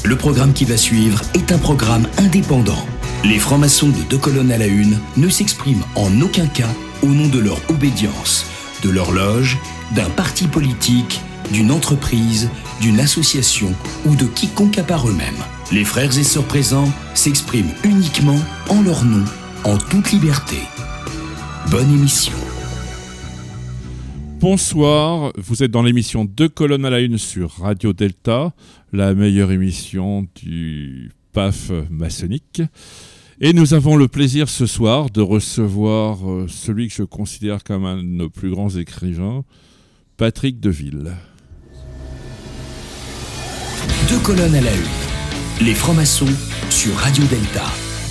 Le programme qui va suivre est un programme indépendant. Les francs-maçons de Deux Colonnes à la Une ne s'expriment en aucun cas au nom de leur obédience, de leur loge, d'un parti politique, d'une entreprise, d'une association ou de quiconque à part eux-mêmes. Les frères et sœurs présents s'expriment uniquement en leur nom, en toute liberté. Bonne émission. Bonsoir, vous êtes dans l'émission Deux Colonnes à la Une sur Radio Delta, la meilleure émission du PAF maçonnique. Et nous avons le plaisir ce soir de recevoir celui que je considère comme un de nos plus grands écrivains, Patrick Deville. Deux Colonnes à la Une, les francs-maçons sur Radio Delta.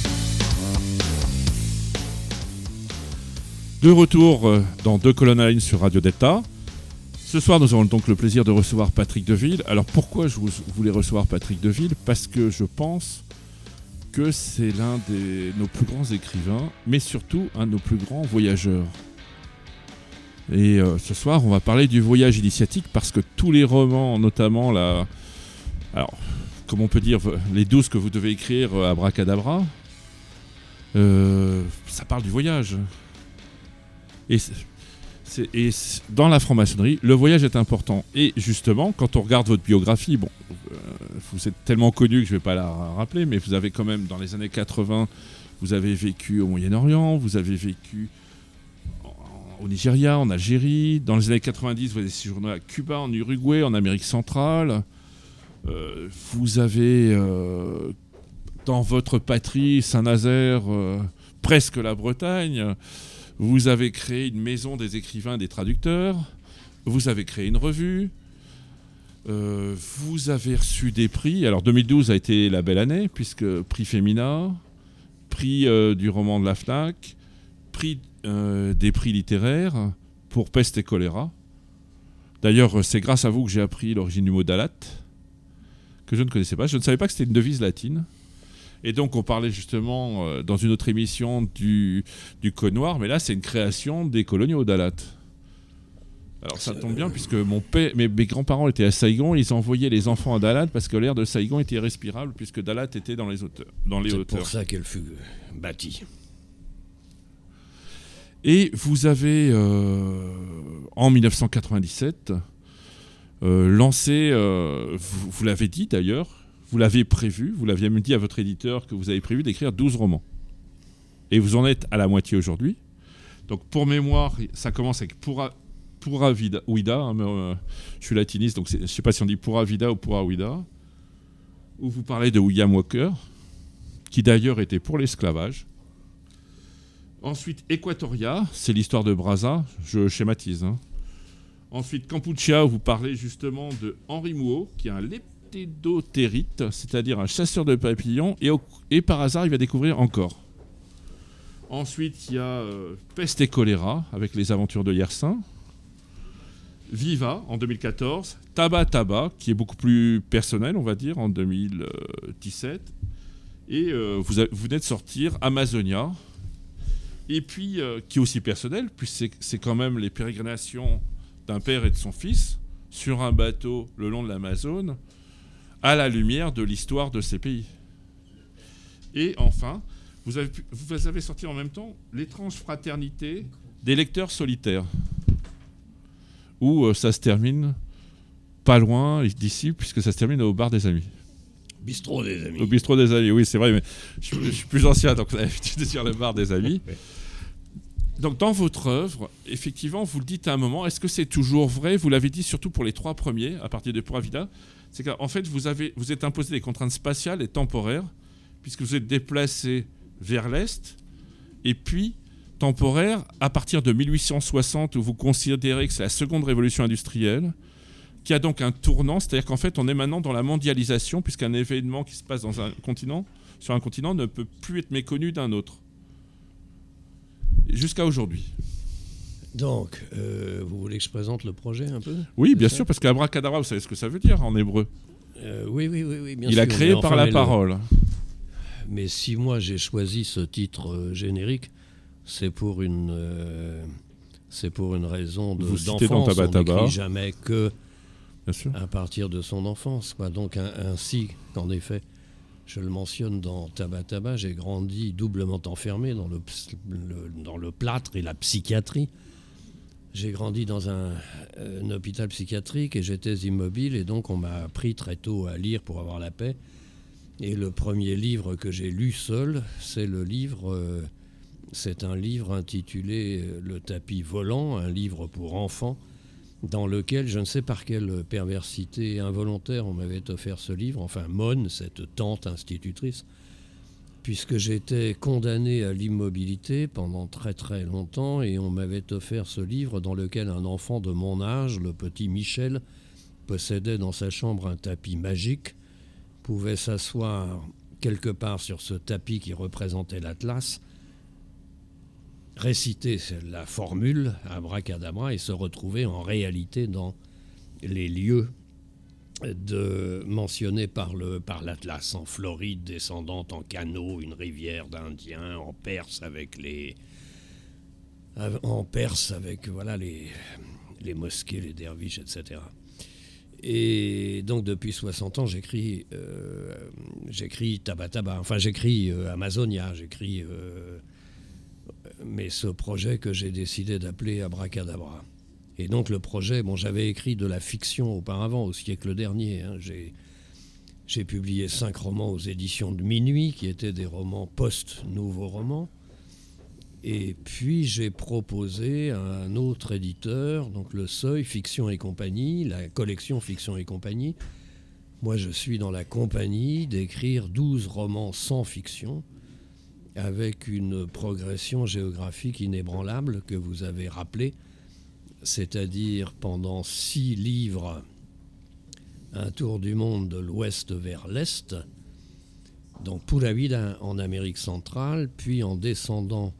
De retour dans Deux Colonnes à la Une sur Radio Delta. Ce soir, nous avons donc le plaisir de recevoir Patrick Deville. Alors pourquoi je voulais recevoir Patrick Deville ? Parce que je pense que c'est l'un de nos plus grands écrivains, mais surtout un de nos plus grands voyageurs. Et ce soir, on va parler du voyage initiatique, parce que tous les romans, notamment alors, comme on peut dire, les 12 que vous devez écrire, Abracadabra, ça parle du voyage. Et dans la franc-maçonnerie, le voyage est important. Et justement, quand on regarde votre biographie, vous êtes tellement connu que je ne vais pas la rappeler, mais vous avez quand même, dans les années 80, vous avez vécu au Moyen-Orient, vous avez vécu au Nigeria, en Algérie. Dans les années 90, vous avez séjourné à Cuba, en Uruguay, en Amérique centrale. Vous avez, dans votre patrie, Saint-Nazaire, presque la Bretagne. Vous avez créé une maison des écrivains et des traducteurs. Vous avez créé une revue. Vous avez reçu des prix. Alors 2012 a été la belle année, puisque prix Femina, prix du roman de la FNAC, prix des prix littéraires pour Peste et choléra. D'ailleurs, c'est grâce à vous que j'ai appris l'origine du mot Dalat, que je ne connaissais pas. Je ne savais pas que c'était une devise latine. Et donc, on parlait justement dans une autre émission du Code Noir, mais là, c'est une création des coloniaux Dalat. Alors, ça tombe bien, puisque mes grands-parents étaient à Saigon, ils envoyaient les enfants à Dalat parce que l'air de Saigon était irrespirable, puisque Dalat était dans les hauteurs. C'est pour ça qu'elle fut bâtie. Et vous avez, en 1997, lancé, vous l'avez dit d'ailleurs, vous l'avez prévu, vous l'aviez même dit à votre éditeur que vous avez prévu d'écrire 12 romans. Et vous en êtes à la moitié aujourd'hui. Donc pour mémoire, ça commence avec Pura Vida, je suis latiniste, donc je ne sais pas si on dit Pura Vida ou Pura Vida, où vous parlez de William Walker, qui d'ailleurs était pour l'esclavage. Ensuite, Equatoria, c'est l'histoire de Brazza, je schématise. Ensuite, Kampuchea, où vous parlez justement de Henri Mouot, qui est un leptédotérite, c'est-à-dire un chasseur de papillons, et par hasard, il va découvrir encore. Ensuite, il y a Peste et choléra, avec les aventures de Yersin. Viva, en 2014. Taba, qui est beaucoup plus personnel, on va dire, en 2017. Et vous venez de sortir Amazonia, et puis, qui est aussi personnel, puisque c'est quand même les pérégrinations d'un père et de son fils sur un bateau le long de l'Amazone, à la lumière de l'histoire de ces pays. Et enfin, vous avez sorti en même temps L'étrange fraternité des lecteurs solitaires, où ça se termine pas loin d'ici, puisque ça se termine au bar des amis. Bistrot des amis. Au bistrot des amis, oui, c'est vrai, mais je suis plus ancien, donc on a l'habitude de dire le bar des amis. Donc dans votre œuvre, effectivement, vous le dites à un moment, est-ce que c'est toujours vrai ? Vous l'avez dit surtout pour les 3 premiers, à partir de Pura Vida, c'est qu'en fait, vous êtes imposé des contraintes spatiales et temporaires, puisque vous êtes déplacé vers l'Est, et puis temporaire à partir de 1860, où vous considérez que c'est la seconde révolution industrielle, qui a donc un tournant, c'est-à-dire qu'en fait, on est maintenant dans la mondialisation, puisqu'un événement qui se passe sur un continent, ne peut plus être méconnu d'un autre. Jusqu'à aujourd'hui. Donc, vous voulez que je présente le projet un peu ? Oui, bien sûr, parce qu'Abracadabra, vous savez ce que ça veut dire en hébreu ? Oui, bien sûr. Il a créé par la parole. Mais si moi j'ai choisi ce titre générique, c'est pour une raison d'enfance. On n'écrit jamais que Bien sûr. à partir de son enfance, quoi. Donc ainsi qu'en effet, je le mentionne dans Tabac Tabac, j'ai grandi doublement enfermé dans le plâtre et la psychiatrie. J'ai grandi dans un hôpital psychiatrique et j'étais immobile, et donc on m'a appris très tôt à lire pour avoir la paix. Et le premier livre que j'ai lu seul, c'est un livre intitulé Le tapis volant, un livre pour enfants, dans lequel, je ne sais par quelle perversité involontaire, on m'avait offert ce livre, enfin Mone, cette tante institutrice, puisque j'étais condamné à l'immobilité pendant très très longtemps, et on m'avait offert ce livre dans lequel un enfant de mon âge, le petit Michel, possédait dans sa chambre un tapis magique, pouvait s'asseoir quelque part sur ce tapis qui représentait l'Atlas, réciter la formule abracadabra et se retrouver en réalité dans les lieux mentionnés par l'Atlas, en Floride, descendant en canot une rivière d'Indiens, en Perse avec voilà, les mosquées, les derviches, etc. Et donc depuis 60 ans, j'écris Tabac Tabac, enfin j'écris Amazonia, mais ce projet que j'ai décidé d'appeler Abracadabra. Et donc le projet, j'avais écrit de la fiction auparavant, au siècle dernier. J'ai publié 5 romans aux éditions de Minuit, qui étaient des romans post-nouveaux romans. Et puis j'ai proposé à un autre éditeur, donc le Seuil, Fiction et Compagnie, la collection Fiction et Compagnie. Moi je suis dans la compagnie d'écrire 12 romans sans fiction, avec une progression géographique inébranlable que vous avez rappelée, c'est-à-dire pendant 6 livres, un tour du monde de l'ouest vers l'est, donc Pura Vida en Amérique centrale, puis en descendant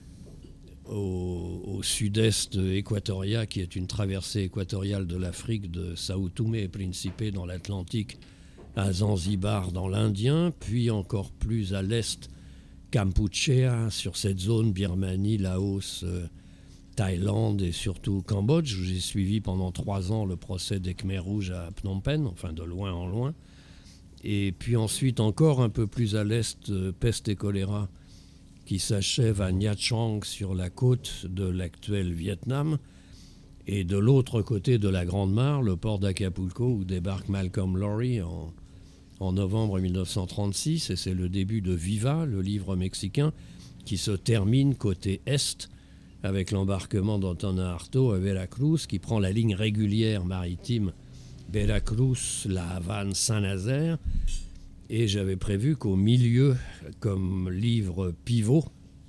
au sud-est Équatoria, qui est une traversée équatoriale de l'Afrique, de Sao Tomé et Principe dans l'Atlantique à Zanzibar dans l'Indien, puis encore plus à l'est Kampuchea, sur cette zone Birmanie, Laos, Thaïlande et surtout Cambodge, où j'ai suivi pendant 3 ans le procès des Khmers rouges à Phnom Penh, enfin de loin en loin. Et puis ensuite encore un peu plus à l'est, peste et choléra, qui s'achève à Nha Trang sur la côte de l'actuel Vietnam. Et de l'autre côté de la Grande Mare, le port d'Acapulco, où débarque Malcolm Lowry en novembre 1936, et c'est le début de Viva, le livre mexicain, qui se termine côté est avec l'embarquement d'Antonin Artaud à Veracruz, qui prend la ligne régulière maritime Veracruz-La Havane-Saint-Nazaire. Et j'avais prévu qu'au milieu, comme livre pivot,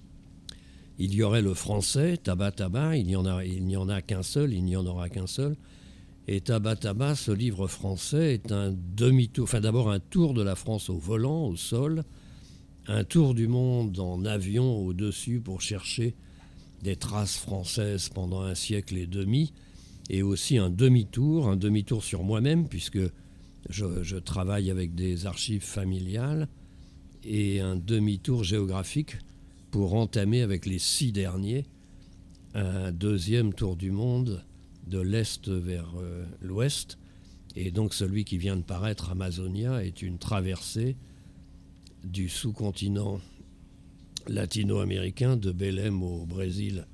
il y aurait le français, Tabac Tabac, il n'y en a qu'un seul, il n'y en aura qu'un seul. Et Tabac Tabac, ce livre français, est un demi-tour, enfin d'abord un tour de la France au volant, au sol, un tour du monde en avion au-dessus pour chercher des traces françaises pendant 1 siècle et demi, et aussi un demi-tour sur moi-même, puisque je travaille avec des archives familiales, et un demi-tour géographique pour entamer avec les 6 derniers un 2e tour du monde de l'est vers l'ouest. Et donc celui qui vient de paraître, Amazonia, est une traversée du sous-continent latino-américain, de Belém au Brésil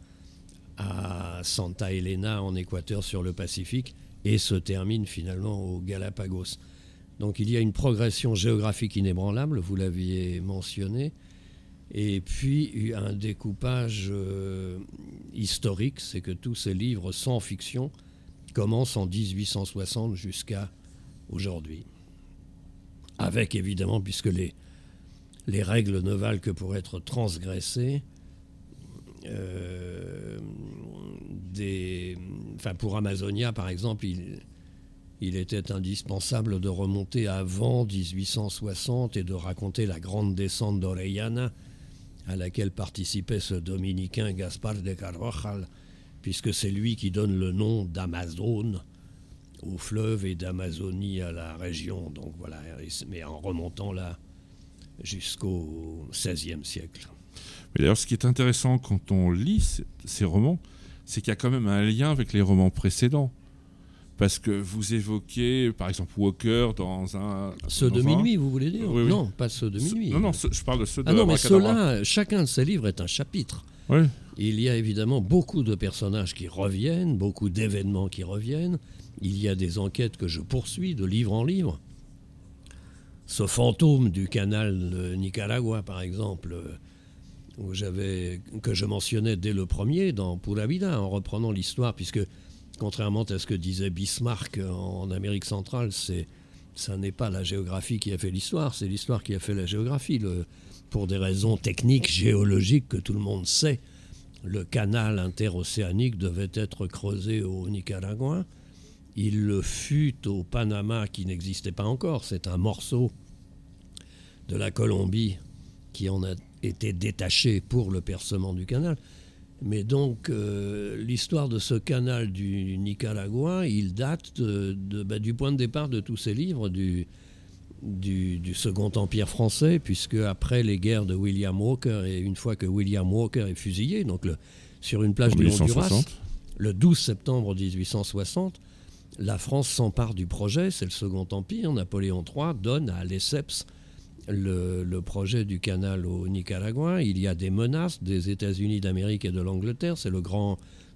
à Santa Elena en Équateur sur le Pacifique, et se termine finalement aux Galapagos. Donc il y a une progression géographique inébranlable, vous l'aviez mentionné, et puis un découpage historique, c'est que tous ces livres sans fiction commencent en 1860 jusqu'à aujourd'hui. Avec évidemment, puisque les règles ne valent que pour être transgressées, pour Amazonia par exemple, il était indispensable de remonter avant 1860 et de raconter la grande descente d'Orellana, à laquelle participait ce dominicain Gaspar de Carvajal, puisque c'est lui qui donne le nom d'Amazone au fleuve et d'Amazonie à la région. Donc voilà, mais en remontant là jusqu'au XVIe siècle. Mais d'ailleurs, ce qui est intéressant quand on lit ces romans, c'est qu'il y a quand même un lien avec les romans précédents. parce que vous évoquez, par exemple, Walker dans un... Ceux de minuit, vous voulez dire ? Oui. Non, pas ceux de minuit. Non, je parle de ceux de Ah non, mais Abracadabra. ceux-là, chacun de ces livres est un chapitre. Oui. Il y a évidemment beaucoup de personnages qui reviennent, beaucoup d'événements qui reviennent. Il y a des enquêtes que je poursuis de livre en livre. Ce fantôme du canal de Nicaragua, par exemple, que je mentionnais dès le premier dans Pura Vida, en reprenant l'histoire, puisque contrairement à ce que disait Bismarck en Amérique centrale, ça n'est pas la géographie qui a fait l'histoire, c'est l'histoire qui a fait la géographie. Pour des raisons techniques, géologiques que tout le monde sait, le canal interocéanique devait être creusé au Nicaragua. Il le fut au Panama, qui n'existait pas encore. C'est un morceau de la Colombie qui en a été détaché pour le percement du canal. Mais donc, l'histoire de ce canal du Nicaragua, il date du point de départ de tous ces livres du Second Empire français, puisque après les guerres de William Walker, et une fois que William Walker est fusillé, donc sur une plage du Honduras, le 12 septembre 1860, la France s'empare du projet, c'est le Second Empire. Napoléon III donne à Lesseps le projet du canal au Nicaragua. Il y a des menaces des États-Unis d'Amérique et de l'Angleterre. C'est le grand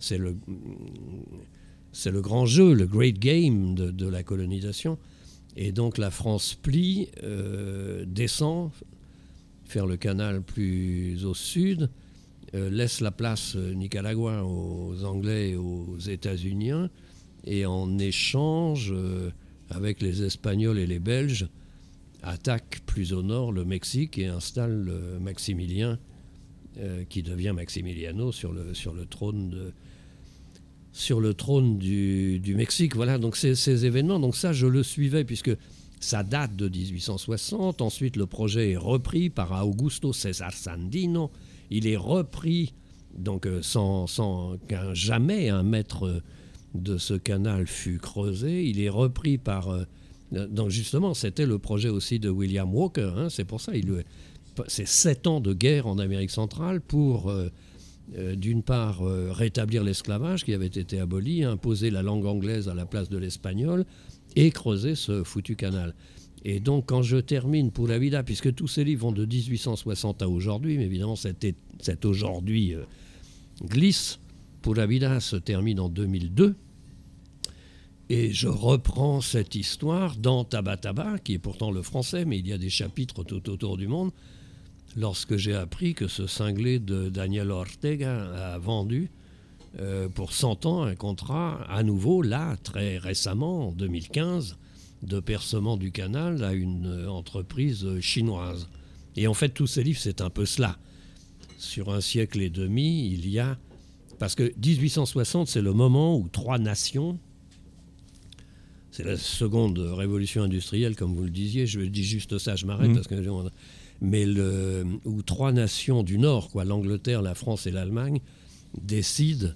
jeu, le great game de la colonisation. Et donc la France plie, descend, faire le canal plus au sud, laisse la place Nicaragua aux Anglais et aux États-Unis, et en échange, avec les Espagnols et les Belges, attaque plus au nord le Mexique et installe Maximilien, qui devient Maximiliano sur le trône du Mexique. Voilà, donc ces événements, donc ça je le suivais puisque ça date de 1860. Ensuite le projet est repris par Augusto César Sandino. Il est repris donc sans qu'un jamais un mètre de ce canal fut creusé. Il est repris par donc justement c'était le projet aussi de William Walker, c'est pour ça c'est 7 ans de guerre en Amérique centrale pour d'une part rétablir l'esclavage qui avait été aboli, imposer la langue anglaise à la place de l'espagnol et creuser ce foutu canal. Et donc quand je termine Pura Vida, puisque tous ces livres vont de 1860 à aujourd'hui, mais évidemment cet aujourd'hui glisse, Pura Vida se termine en 2002 et je reprends cette histoire dans Tabataba, qui est pourtant le français, mais il y a des chapitres tout autour du monde. Lorsque j'ai appris que ce cinglé de Daniel Ortega a vendu pour 100 ans un contrat, à nouveau, là, très récemment, en 2015, de percement du canal à une entreprise chinoise. Et en fait, tous ces livres, c'est un peu cela. Sur un siècle et demi, il y a... Parce que 1860, c'est le moment où 3 nations... C'est la seconde révolution industrielle, comme vous le disiez. Je dis juste ça, je m'arrête parce que... Mais où 3 nations du Nord, l'Angleterre, la France et l'Allemagne, décident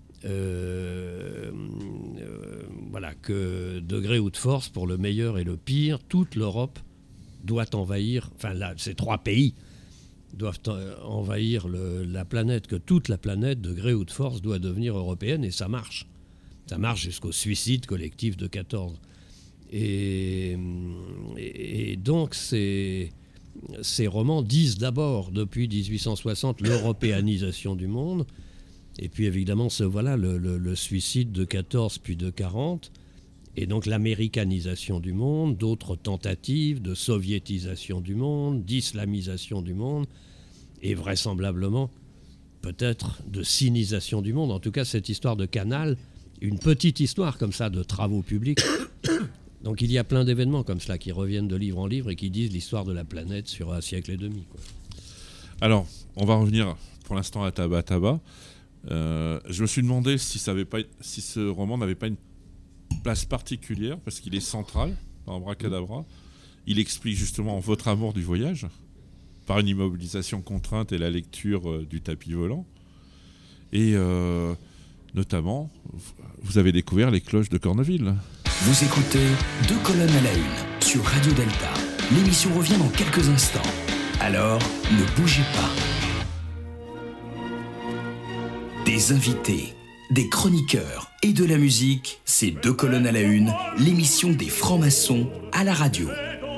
que de gré ou de force, pour le meilleur et le pire, toute l'Europe doit envahir, ces 3 pays doivent envahir la planète, que toute la planète, de gré ou de force, doit devenir européenne, et ça marche. Ça marche jusqu'au suicide collectif de 14. Et donc, ces romans disent d'abord, depuis 1860, l'européanisation du monde, et puis évidemment, le suicide de 14 puis de 40, et donc l'américanisation du monde, d'autres tentatives de soviétisation du monde, d'islamisation du monde, et vraisemblablement, peut-être, de sinisation du monde. En tout cas, cette histoire de canal, une petite histoire comme ça de travaux publics. Donc il y a plein d'événements comme cela qui reviennent de livre en livre et qui disent l'histoire de la planète sur un siècle et demi. Alors, on va revenir pour l'instant à Tabataba. Je me suis demandé si ce roman n'avait pas une place particulière, parce qu'il est central dans Abracadabra. Il explique justement votre amour du voyage par une immobilisation contrainte et la lecture du tapis volant. Et notamment, vous avez découvert les cloches de Corneville. Vous écoutez 2 colonnes à la une sur Radio Delta. L'émission revient dans quelques instants. Alors, ne bougez pas. Des invités, des chroniqueurs et de la musique, c'est Deux colonnes à la une, l'émission des francs-maçons à la radio.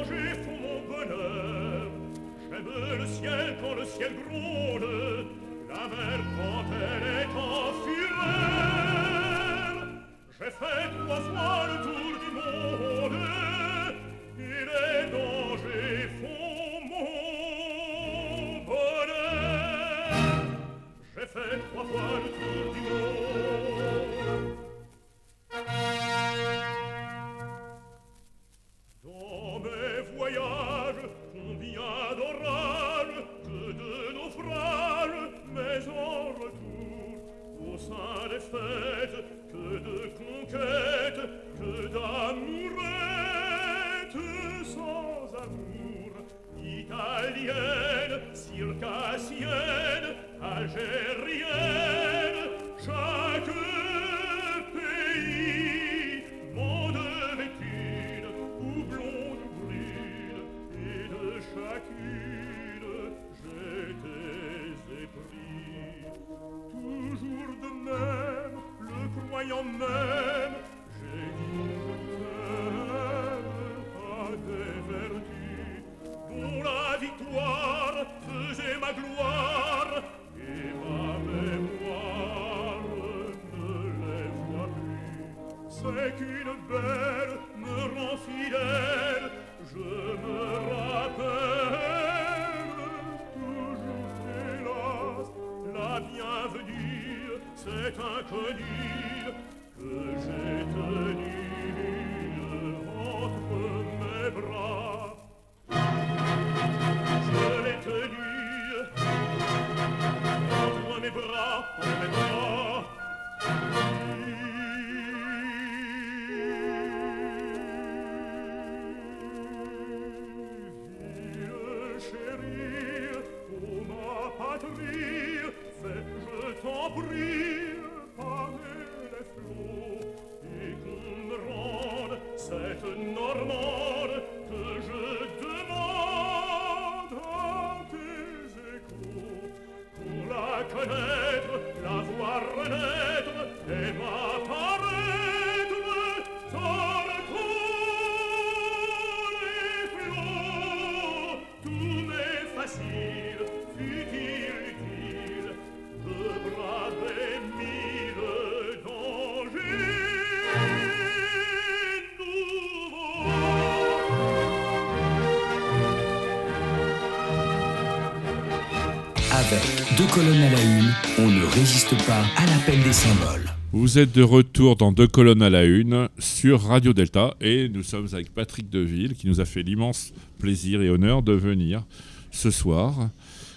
Avec Deux colonnes à la une, on ne résiste pas à l'appel des symboles. Vous êtes de retour dans Deux colonnes à la une sur Radio Delta et nous sommes avec Patrick Deville qui nous a fait l'immense plaisir et honneur de venir ce soir.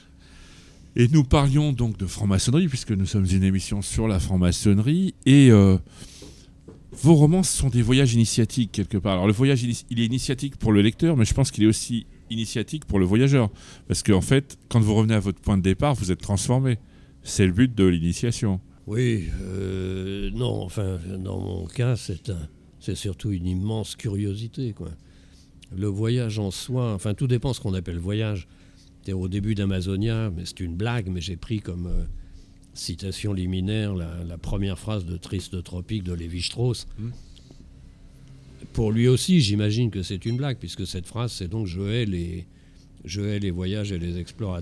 Et nous parlions donc de franc-maçonnerie puisque nous sommes une émission sur la franc-maçonnerie et vos romans sont des voyages initiatiques quelque part. Alors le voyage il est initiatique pour le lecteur mais je pense qu'il est aussi initiatique pour le voyageur. Parce qu'en fait, quand vous revenez à votre point de départ, vous êtes transformé. C'est le but de l'initiation. Oui, non, enfin, dans mon cas, c'est surtout une immense curiosité, quoi. Le voyage en soi, enfin, tout dépend ce qu'on appelle voyage. Au début d'Amazonia, mais c'est une blague, mais j'ai pris comme citation liminaire la première phrase de Triste Tropique de Lévi-Strauss. Pour lui aussi, j'imagine que c'est une blague, puisque cette phrase, c'est donc « je hais les voyages et les explorateurs ».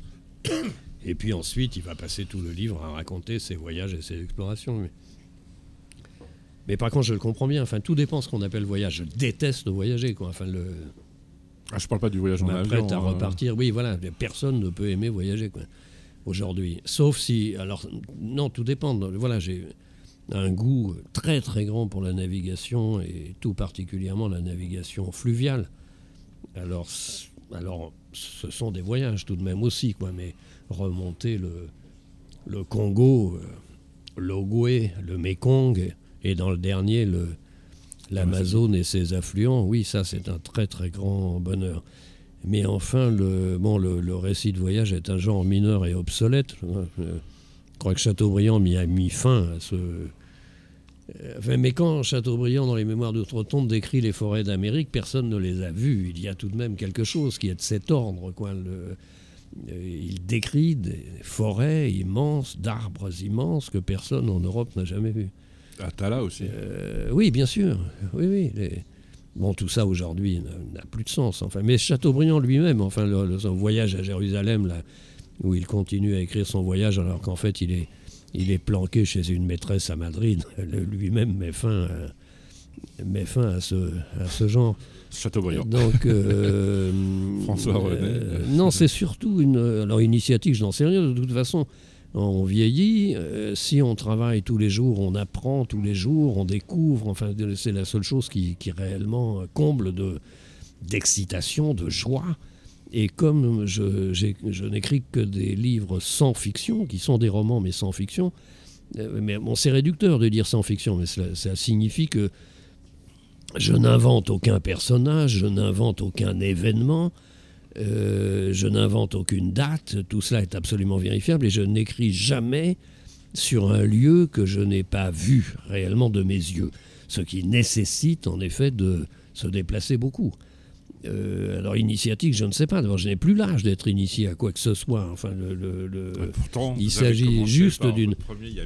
Et puis ensuite, il va passer tout le livre à raconter ses voyages et ses explorations. Mais par contre, je le comprends bien. Enfin, tout dépend de ce qu'on appelle voyage. Je déteste voyager, quoi. Enfin, je parle pas du voyage en avion. Prête à repartir. Oui, voilà. Personne ne peut aimer voyager, quoi, aujourd'hui. Sauf si... Alors, non, tout dépend. Voilà, j'ai un goût très, très grand pour la navigation, et tout particulièrement la navigation fluviale. Alors ce sont des voyages tout de même aussi, quoi. Mais remonter le Congo, l'Ogooué, le Mékong, et dans le dernier, l'Amazone et ses affluents, oui, ça c'est un très très grand bonheur. Mais enfin, le récit de voyage est un genre mineur et obsolète. Je crois que Chateaubriand a mis fin à ce... mais quand Chateaubriand, dans les Mémoires d'Outre-Tombe, décrit les forêts d'Amérique, personne ne les a vues. Il y a tout de même quelque chose qui est de cet ordre, quoi. Il décrit des forêts immenses, d'arbres immenses que personne en Europe n'a jamais vues. Atala aussi. Oui, bien sûr. Oui. Bon, tout ça aujourd'hui n'a plus de sens. Enfin, mais Chateaubriand lui-même, enfin, son voyage à Jérusalem, là, où il continue à écrire son voyage, alors qu'en fait, il est planqué chez une maîtresse à Madrid, lui-même met fin à ce genre. Chateaubriand. Donc, François René. Non, c'est surtout alors initiatique, je n'en sais rien. De toute façon, on vieillit. Si on travaille tous les jours, on apprend tous les jours, on découvre. Enfin, c'est la seule chose qui réellement comble d'excitation, de joie. Et comme je n'écris que des livres sans fiction, qui sont des romans mais sans fiction, mais bon, c'est réducteur de dire sans fiction, mais ça signifie que je n'invente aucun personnage, je n'invente aucun événement, je n'invente aucune date, tout cela est absolument vérifiable et je n'écris jamais sur un lieu que je n'ai pas vu réellement de mes yeux, ce qui nécessite en effet de se déplacer beaucoup. Alors initiatique, je ne sais pas, d'abord je n'ai plus l'âge d'être initié à quoi que ce soit, enfin pourtant, il s'agit juste d'une...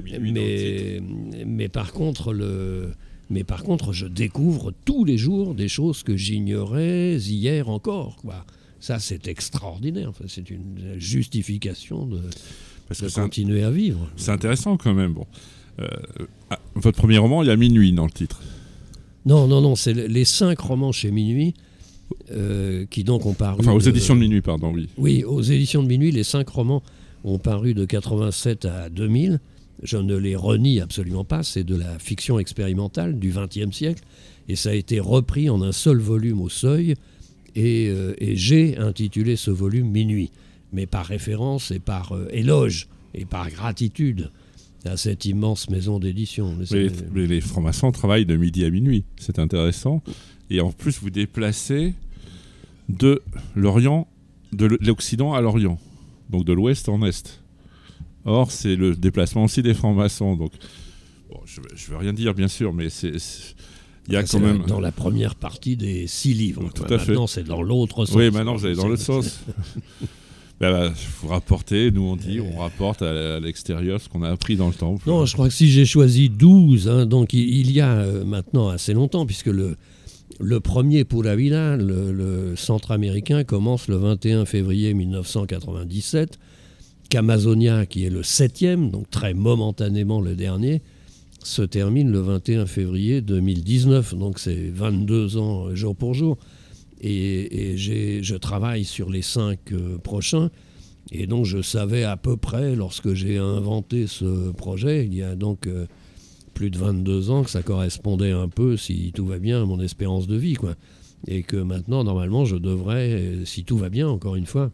Mais par contre, je découvre tous les jours des choses que j'ignorais hier encore, quoi. Ça, c'est extraordinaire. Enfin, c'est une justification de continuer à vivre. C'est intéressant quand même. Bon. Votre premier roman, il y a Minuit dans le titre. Non, c'est les 5 romans chez Minuit qui donc ont paru... Enfin, aux éditions de Minuit, pardon, oui. Oui, aux éditions de Minuit, les 5 romans ont paru de 87 à 2000. Je ne les renie absolument pas, c'est de la fiction expérimentale du XXe siècle, et ça a été repris en un seul volume au Seuil, et j'ai intitulé ce volume Minuit, mais par référence et par éloge et par gratitude à cette immense maison d'édition. Mais les francs-maçons travaillent de midi à minuit, c'est intéressant, et en plus vous déplacez de l'Orient, de l'Occident à l'Orient, donc de l'Ouest en Est. Or, c'est le déplacement aussi des francs-maçons. Donc, bon, je ne veux rien dire, bien sûr, mais il y a quand même... Dans la première partie des 6 livres. Tout à fait. Maintenant, c'est dans l'autre sens. Oui, maintenant, vous allez dans l'autre sens. Vous rapportez, nous on rapporte à l'extérieur ce qu'on a appris dans le temple. Non, je crois que si j'ai choisi 12, donc il y a maintenant assez longtemps, puisque le premier Pura Vida, le centre-américain, commence le 21 février 1997, qu'Amazonia, qui est le 7e, donc très momentanément le dernier, se termine le 21 février 2019. Donc c'est 22 ans jour pour jour. Et je travaille sur les 5 prochains. Et donc je savais à peu près, lorsque j'ai inventé ce projet, il y a donc plus de 22 ans, que ça correspondait un peu, si tout va bien, à mon espérance de vie, quoi. Et que maintenant, normalement, je devrais, si tout va bien, encore une fois,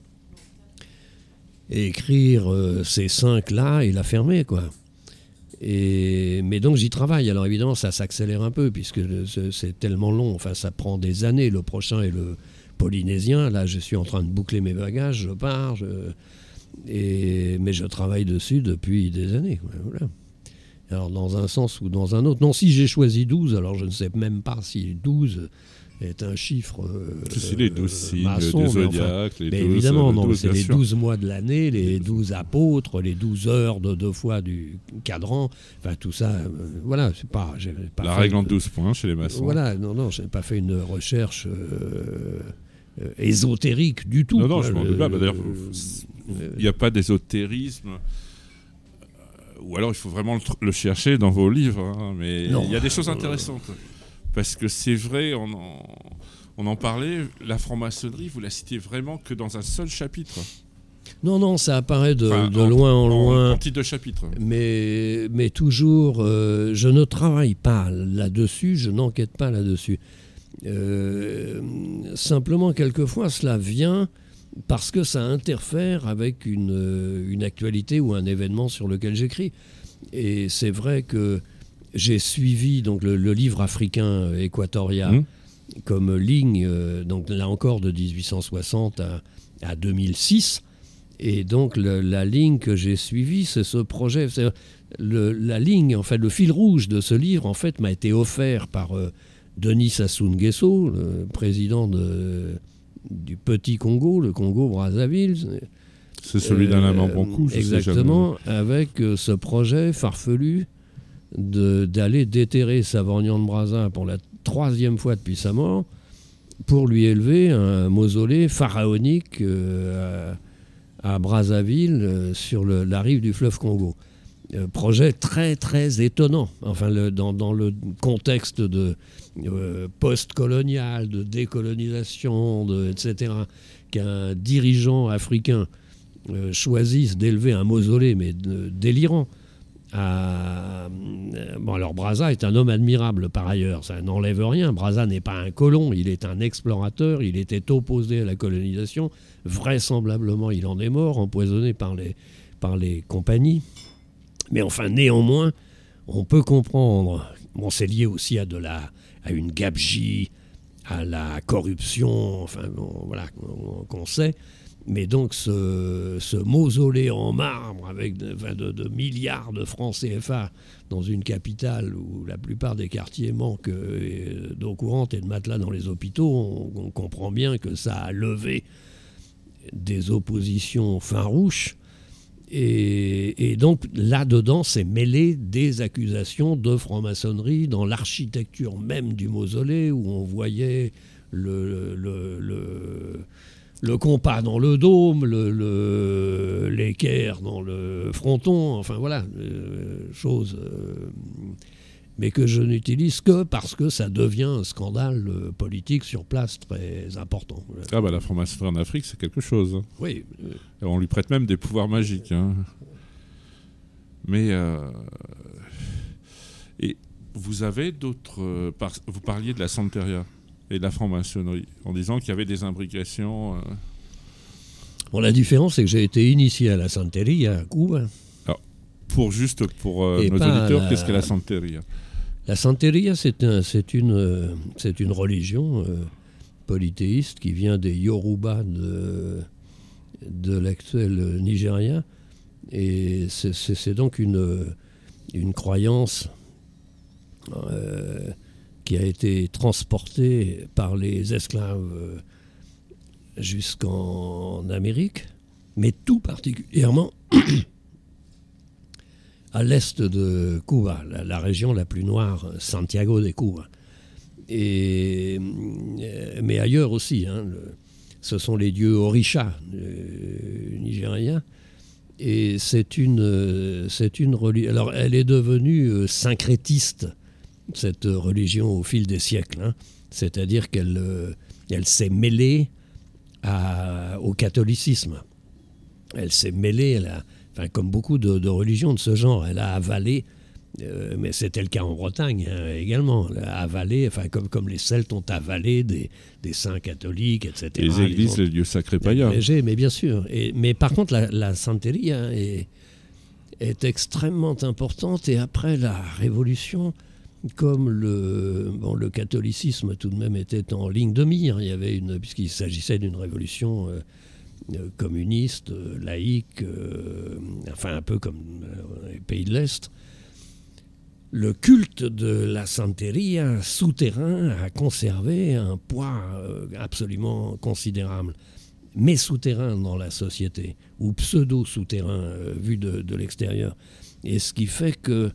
écrire ces 5-là et la fermer, quoi. Mais donc j'y travaille. Alors évidemment, ça s'accélère un peu, puisque c'est tellement long. Enfin, ça prend des années. Le prochain est le polynésien. Là, je suis en train de boucler mes bagages, je pars. Mais je travaille dessus depuis des années, quoi. Voilà. Alors, dans un sens ou dans un autre. Non, si j'ai choisi 12, alors je ne sais même pas si 12... est un chiffre c'est les 12 signes, maçon, les zodiacs, les 12... Évidemment, non, c'est les sûr. 12 mois de l'année, les 12 apôtres, les 12 heures de 2 fois du cadran, enfin tout ça, voilà, c'est pas... La règle en 12 points chez les maçons. Voilà, non, je n'ai pas fait une recherche ésotérique du tout. Non, je m'en doute pas. D'ailleurs, il n'y a pas d'ésotérisme... ou alors il faut vraiment le chercher dans vos livres, hein, mais il y a des choses intéressantes. Parce que c'est vrai, on en parlait, la franc-maçonnerie, vous la citez vraiment que dans un seul chapitre. Non, ça apparaît de loin en loin. En titre de chapitre. Mais toujours, je ne travaille pas là-dessus, je n'enquête pas là-dessus. Simplement, quelquefois, cela vient parce que ça interfère avec une actualité ou un événement sur lequel j'écris. Et c'est vrai que j'ai suivi donc, le livre africain Équatoria comme ligne, donc là encore de 1860 à 2006. Et donc la ligne que j'ai suivie, c'est ce projet. La ligne, en fait, le fil rouge de ce livre, en fait, m'a été offert par Denis Sassou Nguesso, le président du petit Congo, le Congo-Brazzaville. C'est celui d'Alain Mambankou, exactement, avec ce projet farfelu d'aller déterrer Savorgnan de Brazza pour la 3e fois depuis sa mort, pour lui élever un mausolée pharaonique à Brazzaville, sur la rive du fleuve Congo. Projet très très étonnant, enfin dans le contexte de post-colonial, de décolonisation, etc., qu'un dirigeant africain choisisse d'élever un mausolée, mais délirant. Bon, alors Brazza est un homme admirable par ailleurs, ça n'enlève rien. Brazza n'est pas un colon, il est un explorateur, il était opposé à la colonisation. Vraisemblablement, il en est mort, empoisonné par les compagnies. Mais enfin, néanmoins, on peut comprendre. Bon, c'est lié aussi à une gabegie, à la corruption, enfin, bon, voilà, qu'on sait. Mais donc, ce mausolée en marbre avec de milliards de francs CFA dans une capitale où la plupart des quartiers manquent d'eau courante et de matelas dans les hôpitaux, on comprend bien que ça a levé des oppositions farouches. Et donc, là-dedans, c'est mêlé des accusations de franc-maçonnerie dans l'architecture même du mausolée, où on voyait le compas dans le dôme, l'équerre dans le fronton, enfin voilà, choses... mais que je n'utilise que parce que ça devient un scandale politique sur place très important. Ah bah la franc-maçonnerie en Afrique, c'est quelque chose. Hein. Oui. On lui prête même des pouvoirs magiques. Hein. Mais... Et vous avez d'autres... Vous parliez de la Santeria et de la franc-maçonnerie, en disant qu'il y avait des imbrications... Bon, la différence, c'est que j'ai été initié à la Santeria à Cuba. Alors, pour nos auditeurs, qu'est-ce qu'est la Santeria ? La Santeria, c'est une religion polythéiste qui vient des Yoruba de l'actuel Nigeria. Et c'est donc une croyance qui a été transportée par les esclaves jusqu'en Amérique, mais tout particulièrement à l'est de Cuba, la région la plus noire, Santiago de Cuba. Mais ailleurs aussi, hein, ce sont les dieux Orisha nigériens. Et c'est une religion. Alors, elle est devenue syncrétiste, cette religion, au fil des siècles. Hein. C'est-à-dire qu'elle s'est mêlée au catholicisme. Elle s'est mêlée, comme beaucoup de religions de ce genre, elle a avalé, mais c'était le cas en Bretagne également, elle a avalé, comme les Celtes ont avalé des saints catholiques, etc. Les églises, les lieux sacrés païens. Mais bien sûr. Mais par contre, la Santeria est extrêmement importante, et après la Révolution, comme le catholicisme tout de même était en ligne de mire, puisqu'il s'agissait d'une révolution communiste, laïque, un peu comme les pays de l'Est, le culte de la Santeria souterrain a conservé un poids absolument considérable, mais souterrain dans la société, ou pseudo-souterrain vu de l'extérieur. Et ce qui fait que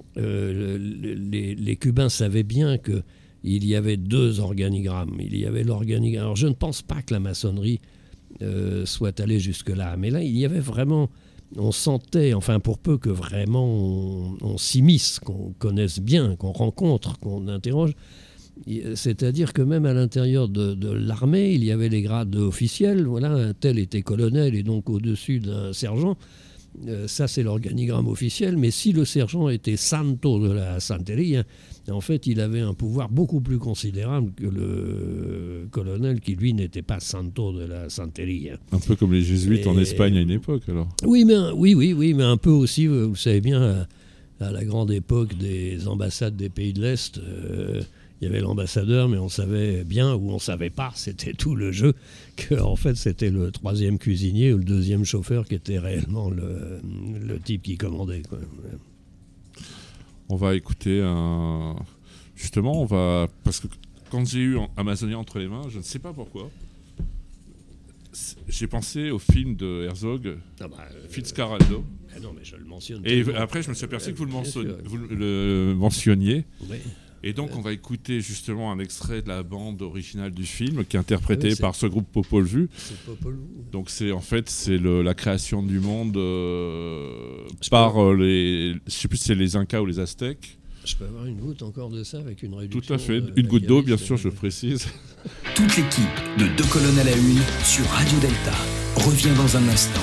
les Cubains savaient bien qu'il y avait deux organigrammes. Il y avait l'organigramme. Alors je ne pense pas que la maçonnerie soit allée jusque-là, mais là il y avait vraiment, on sentait, pour peu que vraiment on s'immisce, qu'on connaisse bien, qu'on rencontre, qu'on interroge, c'est-à-dire que même à l'intérieur de l'armée, il y avait les grades officiels, voilà, un tel était colonel et donc au-dessus d'un sergent. Ça, c'est l'organigramme officiel, mais si le sergent était santo de la Santeria, en fait, il avait un pouvoir beaucoup plus considérable que le colonel qui, lui, n'était pas santo de la Santeria. Un peu comme les jésuites en Espagne à une époque, alors. Oui, mais un peu aussi, vous savez bien, à la grande époque des ambassades des pays de l'Est, il y avait l'ambassadeur, mais on savait bien ou on ne savait pas, c'était tout le jeu, qu'en fait c'était le troisième cuisinier ou le deuxième chauffeur qui était réellement le type qui commandait, quoi. On va écouter Justement, parce que quand j'ai eu Amazonia entre les mains, je ne sais pas pourquoi, j'ai pensé au film de Herzog, Fitzcarraldo. Non, mais je le mentionne. Et après, je me suis aperçu que vous le mentionniez. Oui. Et donc, on va écouter justement un extrait de la bande originale du film, qui est interprété par ce groupe Popol Vuh. C'est Popol Vuh. Donc, c'est la création du monde par les... Je sais plus si c'est les Incas ou les Aztèques. Je peux avoir une goutte encore de ça avec une réduction. Tout à fait. Une goutte d'eau, bien sûr, je précise. Toute l'équipe de 2 colonnes à la une sur Radio Delta revient dans un instant.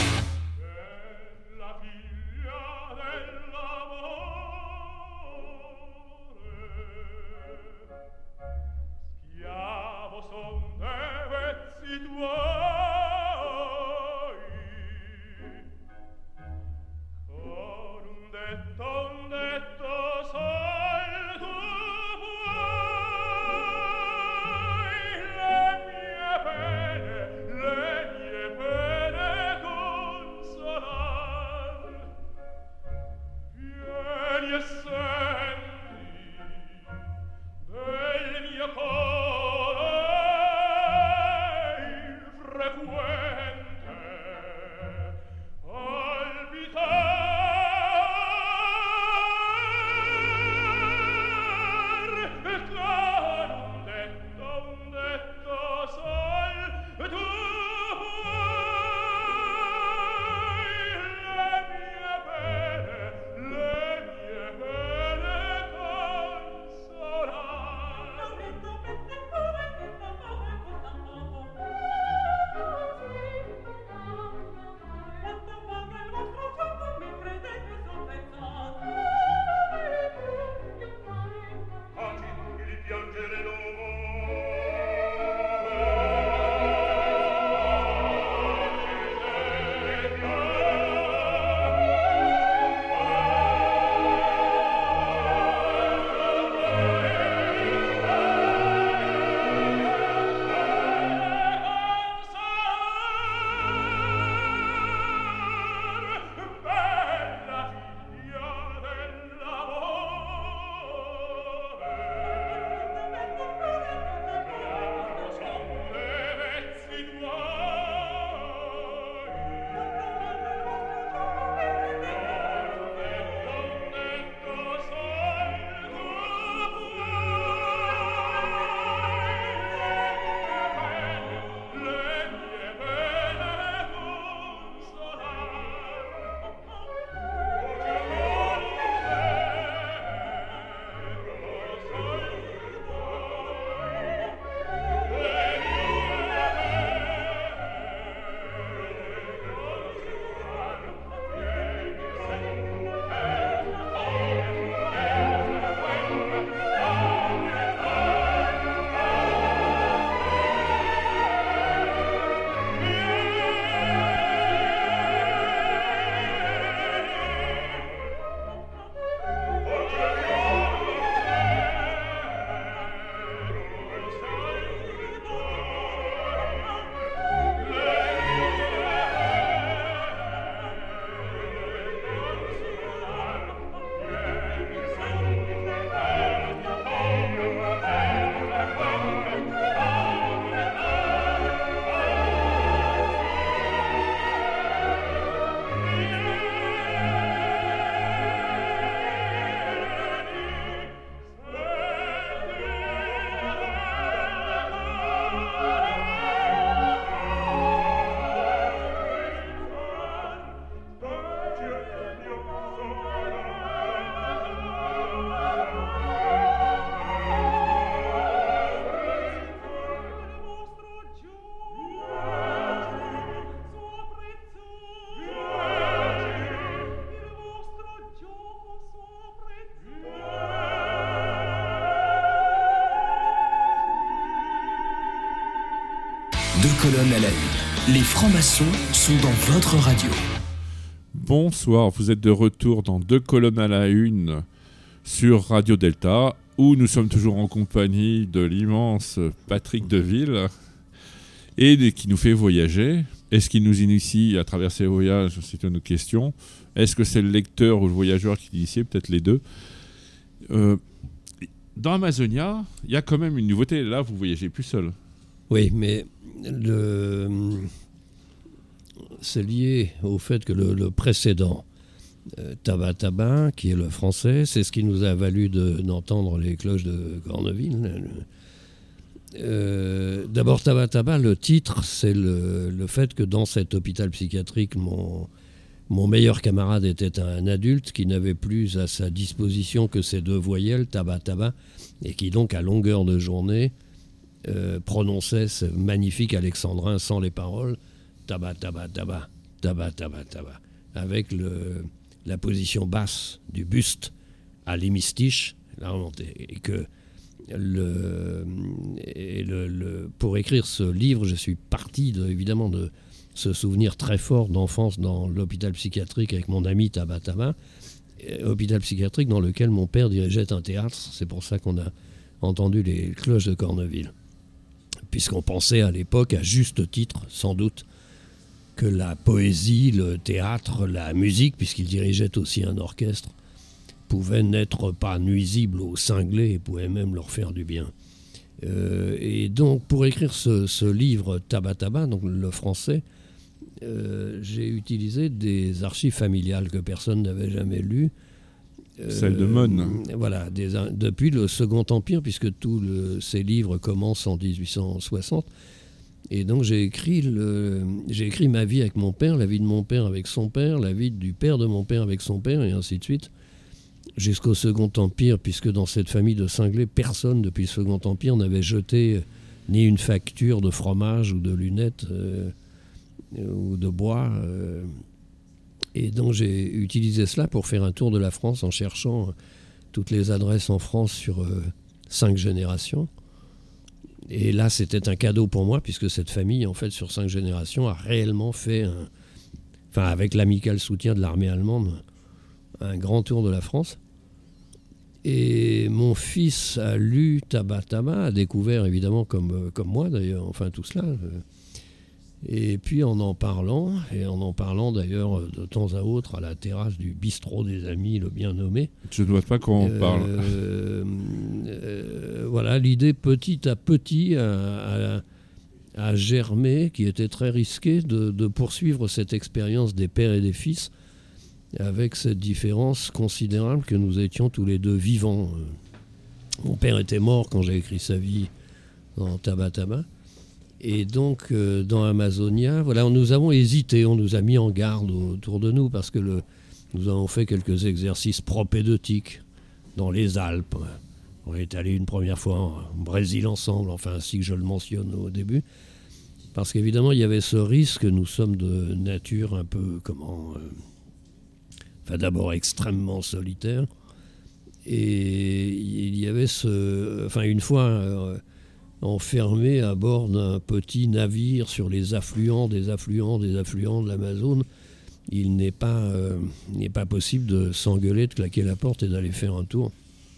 Colonne à la une. Les francs-maçons sont dans votre radio. Bonsoir, vous êtes de retour dans 2 colonnes à la une sur Radio Delta, où nous sommes toujours en compagnie de l'immense Patrick Deville, et qui nous fait voyager. Est-ce qu'il nous initie à travers ces voyages? C'est une autre question. Est-ce que c'est le lecteur ou le voyageur qui l'initie? Peut-être les deux. Dans Amazonia, il y a quand même une nouveauté. Là, vous voyagez plus seul. Oui, mais c'est lié au fait que le précédent, Tabac Tabac, qui est le français, c'est ce qui nous a valu d'entendre les cloches de Corneville. D'abord, Tabac Tabac, le titre, c'est le fait que dans cet hôpital psychiatrique, mon meilleur camarade était un adulte qui n'avait plus à sa disposition que ces deux voyelles, Tabac Tabac, et qui donc à longueur de journée prononçait ce magnifique alexandrin sans les paroles, Tabac Tabac Tabac, Tabac Tabac Tabac, avec la position basse du buste à l'hémistiche, la remontée, et que pour écrire ce livre, je suis parti évidemment de ce souvenir très fort d'enfance dans l'hôpital psychiatrique avec mon ami Tabac Tabac, hôpital psychiatrique dans lequel mon père dirigeait un théâtre. C'est pour ça qu'on a entendu les cloches de Corneville, puisqu'on pensait à l'époque, à juste titre sans doute, que la poésie, le théâtre, la musique, puisqu'il dirigeait aussi un orchestre, pouvaient n'être pas nuisibles aux cinglés et pouvaient même leur faire du bien. Et donc, pour écrire ce livre Tabac Tabac, donc le français, j'ai utilisé des archives familiales que personne n'avait jamais lues. Celle de Monne. Voilà, depuis le Second Empire, puisque tous ces livres commencent en 1860. Et donc j'ai écrit ma vie avec mon père, la vie de mon père avec son père, la vie du père de mon père avec son père, et ainsi de suite, jusqu'au Second Empire, puisque dans cette famille de cinglés, personne depuis le Second Empire n'avait jeté ni une facture de fromage ou de lunettes ou de bois. Et donc j'ai utilisé cela pour faire un tour de la France en cherchant toutes les adresses en France sur 5 générations. Et là, c'était un cadeau pour moi, puisque cette famille, en fait, sur 5 générations, a réellement fait, avec l'amical soutien de l'armée allemande, un grand tour de la France. Et mon fils a lu Tabac Tabac, a découvert, évidemment, comme moi d'ailleurs, tout cela. Et puis en parlant d'ailleurs de temps à autre à la terrasse du bistrot des amis, le bien nommé. Je ne vois pas quand on parle. Voilà, l'idée petit à petit a germé, qui était très risquée, de poursuivre cette expérience des pères et des fils, avec cette différence considérable que nous étions tous les deux vivants. Mon père était mort quand j'ai écrit sa vie dans Tabac Tabac. Et donc, dans Amazonia, voilà, nous avons hésité, on nous a mis en garde autour de nous, parce que nous avons fait quelques exercices propédeutiques dans les Alpes. On est allé une première fois en Brésil ensemble, ainsi que je le mentionne au début, parce qu'évidemment, il y avait ce risque, nous sommes de nature un peu, d'abord extrêmement solitaire, et il y avait une fois... enfermé à bord d'un petit navire sur les affluents de l'Amazone, il n'est pas possible de s'engueuler, de claquer la porte et d'aller faire un tour.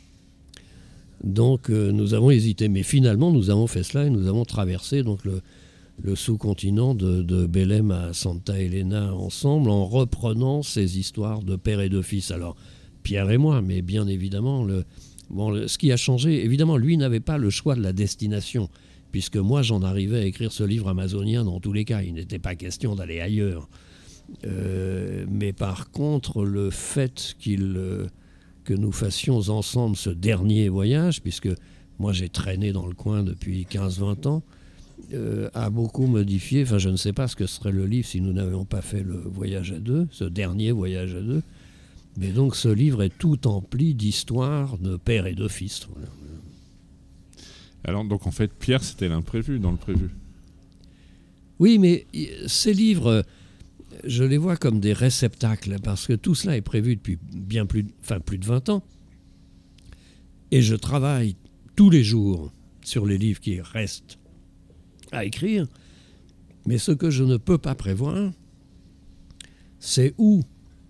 Donc nous avons hésité, mais finalement nous avons fait cela et nous avons traversé donc le sous-continent de Belém à Santa Helena ensemble, en reprenant ces histoires de père et de fils. Alors Pierre et moi, mais bien évidemment ce qui a changé, évidemment, lui n'avait pas le choix de la destination, puisque moi j'en arrivais à écrire ce livre amazonien dans tous les cas, il n'était pas question d'aller ailleurs. Mais par contre, le fait que nous fassions ensemble ce dernier voyage, puisque moi j'ai traîné dans le coin depuis 15-20 ans, a beaucoup modifié, je ne sais pas ce que serait le livre si nous n'avions pas fait le voyage à deux, ce dernier voyage à deux. Mais donc ce livre est tout empli d'histoires de père et de fils. Voilà. Alors donc en fait Pierre c'était l'imprévu dans le prévu. Oui, mais ces livres, je les vois comme des réceptacles, parce que tout cela est prévu depuis plus de 20 ans. Et je travaille tous les jours sur les livres qui restent à écrire. Mais ce que je ne peux pas prévoir, c'est où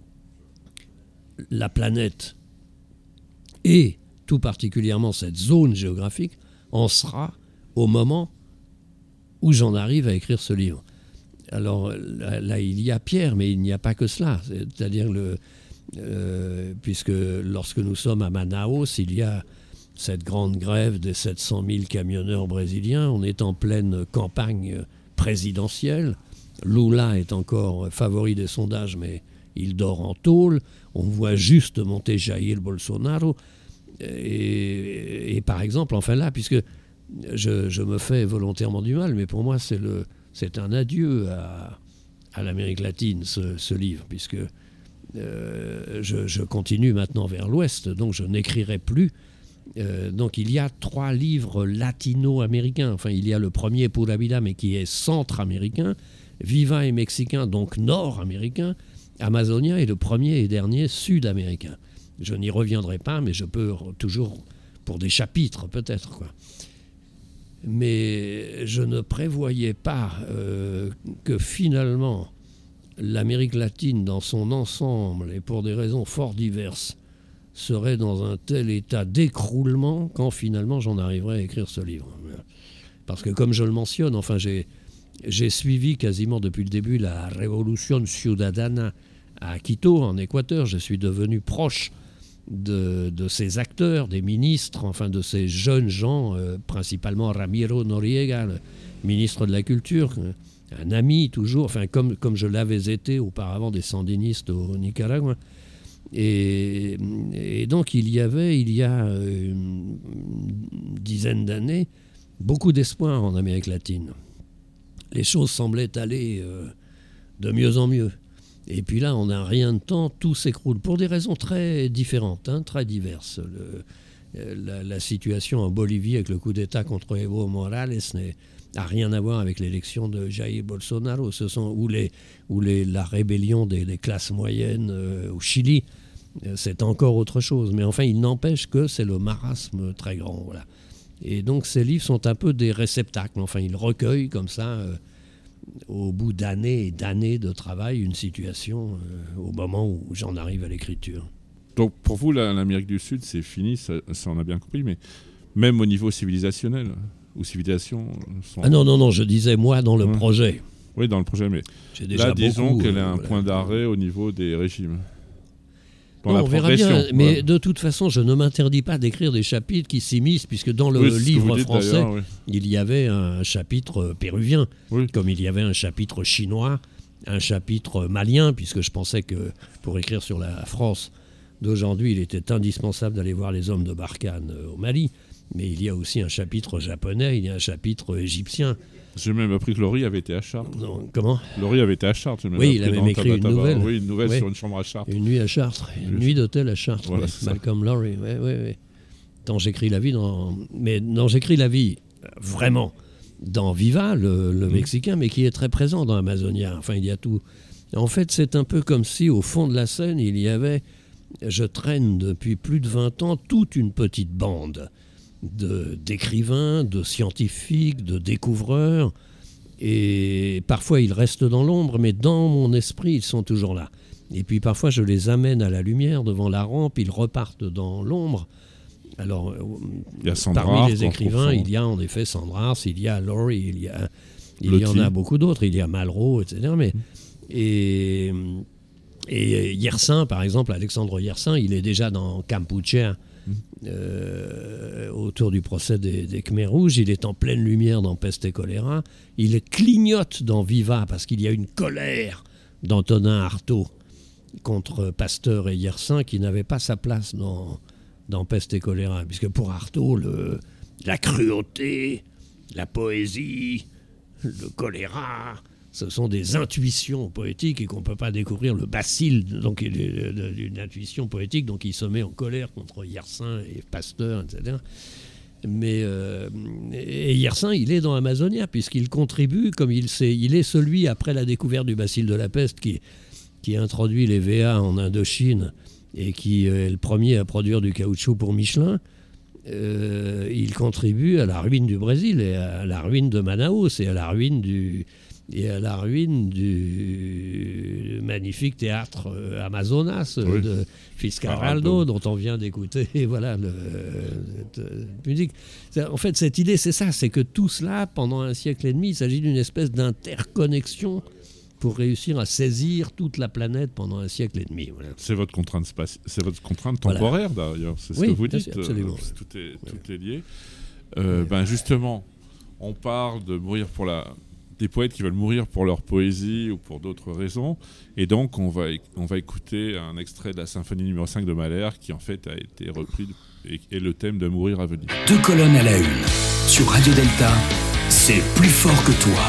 la planète et tout particulièrement cette zone géographique en sera au moment où j'en arrive à écrire ce livre. Alors là il y a Pierre, mais il n'y a pas que cela. C'est-à-dire puisque lorsque nous sommes à Manaus, il y a cette grande grève des 700 000 camionneurs brésiliens. On est en pleine campagne présidentielle. Lula est encore favori des sondages, mais il dort en tôle. On voit juste monter Jair Bolsonaro. Et par exemple, enfin là, puisque je me fais volontairement du mal, mais pour moi c'est un adieu à l'Amérique latine, ce livre, puisque je continue maintenant vers l'ouest, donc je n'écrirai plus. Donc il y a 3 livres latino-américains. Enfin, il y a le premier Pura Vida, mais qui est centre-américain. Viva est mexicain, donc nord-américain. Amazonia est le premier et dernier sud-américain. Je n'y reviendrai pas, mais je peux toujours, pour des chapitres peut-être, quoi. Mais je ne prévoyais pas que finalement l'Amérique latine dans son ensemble, et pour des raisons fort diverses, serait dans un tel état d'écroulement quand finalement j'en arriverai à écrire ce livre. Parce que comme je le mentionne, enfin j'ai suivi quasiment depuis le début la Révolution Ciudadana à Quito, en Équateur. Je suis devenu proche de ces acteurs, des ministres, enfin de ces jeunes gens, principalement Ramiro Noriega, le ministre de la Culture, un ami toujours, enfin comme je l'avais été auparavant des sandinistes au Nicaragua. Et donc il y a une dizaine d'années beaucoup d'espoir en Amérique latine. Les choses semblaient aller de mieux en mieux. Et puis là, en un rien de temps, tout s'écroule pour des raisons très différentes, très diverses. La situation en Bolivie avec le coup d'État contre Evo Morales n'a rien à voir avec l'élection de Jair Bolsonaro. Ce sont la rébellion des classes moyennes au Chili. C'est encore autre chose. Mais enfin, il n'empêche que c'est le marasme très grand. Voilà. Et donc, ces livres sont un peu des réceptacles. Enfin, ils recueillent comme ça, au bout d'années et d'années de travail, une situation au moment où j'en arrive à l'écriture. Donc, pour vous, l'Amérique du Sud, c'est fini, ça on a bien compris, mais même au niveau civilisationnel, ou civilisation... Ah non, je disais, moi, dans le projet. Oui, dans le projet, mais déjà là, disons qu'elle est un point d'arrêt au niveau des régimes. Non, on verra bien, mais de toute façon, je ne m'interdis pas d'écrire des chapitres qui s'immiscent, puisque dans le livre français, il y avait un chapitre péruvien, comme il y avait un chapitre chinois, un chapitre malien, puisque je pensais que pour écrire sur la France d'aujourd'hui, il était indispensable d'aller voir les hommes de Barkhane au Mali. Mais il y a aussi un chapitre japonais, il y a un chapitre égyptien. J'ai même appris que Laurie avait été à Chartres. Non, comment ? Laurie avait été à Chartres. Oui, il a même écrit une nouvelle. Oui, une nouvelle sur une chambre à Chartres. Une nuit à Chartres, une nuit d'hôtel à Chartres. Voilà, Malcolm Lowry, oui. Tant j'écris la vie Mais non, j'écris la vie vraiment dans Viva, le Mexicain, mais qui est très présent dans Amazonia. Enfin, il y a tout. En fait, c'est un peu comme si, au fond de la scène, il y avait... Je traîne depuis plus de 20 ans toute une petite bande d'écrivains, de scientifiques, de découvreurs. Et parfois, ils restent dans l'ombre, mais dans mon esprit, ils sont toujours là. Et puis parfois, je les amène à la lumière devant la rampe, ils repartent dans l'ombre. Alors, il y a Sandra, parmi les écrivains, il y a en effet Sandras, il y a Laurie, il y en a beaucoup d'autres, il y a Malraux, etc. Et Yersin, par exemple, Alexandre Yersin, il est déjà dans Campuchea, autour du procès des Khmers rouges. Il est en pleine lumière dans Peste et choléra. Il clignote dans Viva parce qu'il y a une colère d'Antonin Artaud contre Pasteur et Yersin qui n'avait pas sa place dans Peste et choléra. Puisque pour Artaud, la cruauté, la poésie, le choléra... Ce sont des intuitions poétiques et qu'on ne peut pas découvrir le bacille donc d'une intuition poétique. Donc il se met en colère contre Yersin et Pasteur, etc. Mais et Yersin, il est dans Amazonia puisqu'il contribue, comme il est celui, après la découverte du bacille de la peste, qui introduit les VA en Indochine et qui est le premier à produire du caoutchouc pour Michelin. Il contribue à la ruine du Brésil et à la ruine de Manaus et à la ruine du magnifique théâtre Amazonas de Fitzcarraldo, dont on vient d'écouter cette musique. En fait, cette idée, c'est ça, c'est que tout cela, pendant un siècle et demi, il s'agit d'une espèce d'interconnexion pour réussir à saisir toute la planète pendant un siècle et demi. Voilà. C'est votre contrainte temporaire, d'ailleurs. C'est ce que vous dites. Absolument. Tout est lié. Justement, on parle de mourir des poètes qui veulent mourir pour leur poésie ou pour d'autres raisons. Et donc, on va écouter un extrait de la symphonie numéro 5 de Mahler qui, en fait, a été repris et est le thème de Mourir à venir. 2 colonnes à la une. Sur Radio Delta, c'est plus fort que toi.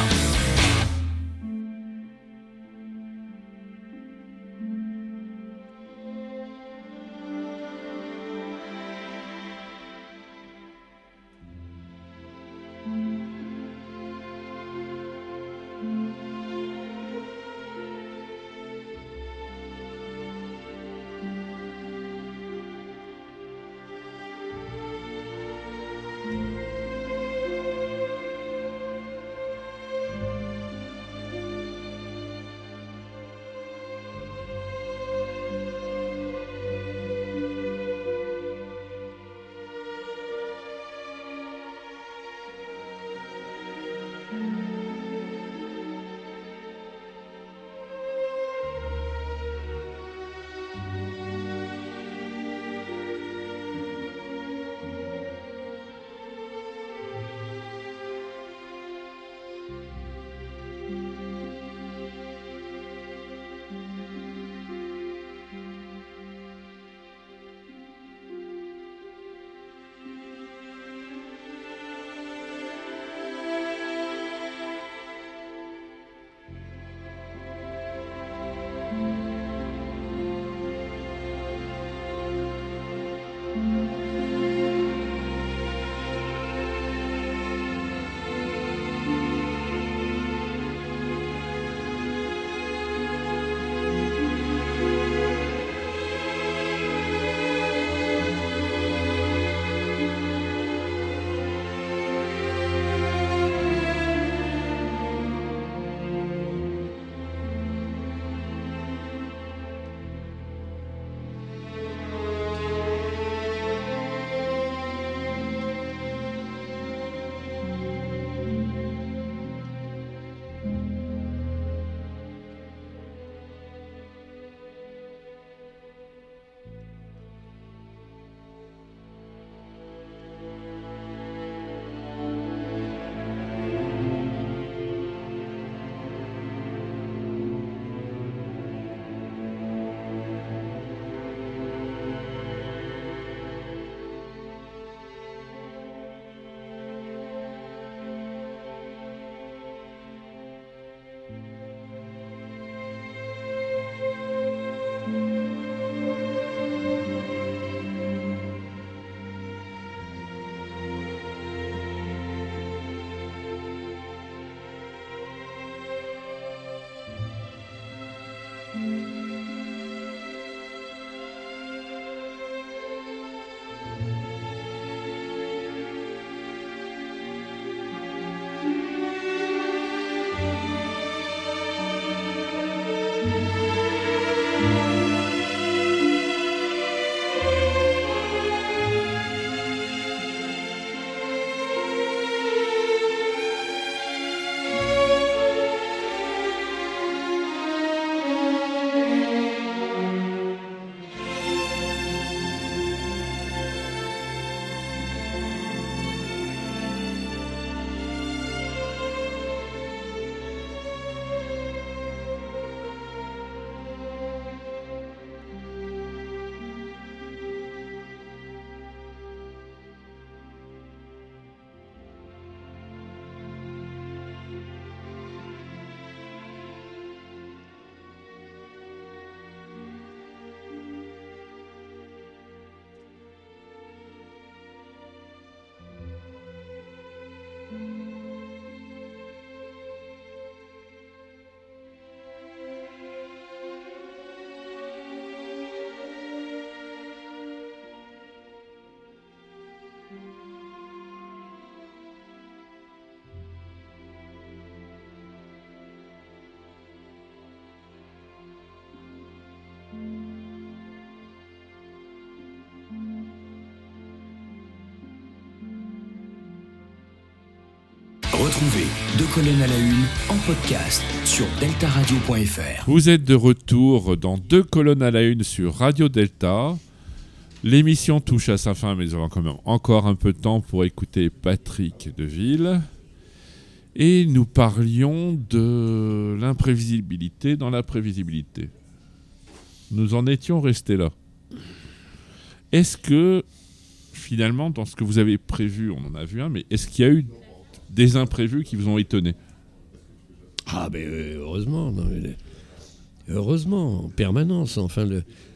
Retrouvez Deux colonnes à la une en podcast sur deltaradio.fr. Vous êtes de retour dans Deux colonnes à la une sur Radio Delta. L'émission touche à sa fin, mais nous avons quand même encore un peu de temps pour écouter Patrick Deville. Et nous parlions de l'imprévisibilité dans la prévisibilité. Nous en étions restés là. Est-ce que, finalement, dans ce que vous avez prévu, on en a vu un, mais est-ce qu'il y a eu des imprévus qui vous ont étonné ? Ah, mais heureusement, non, heureusement, en permanence. Enfin,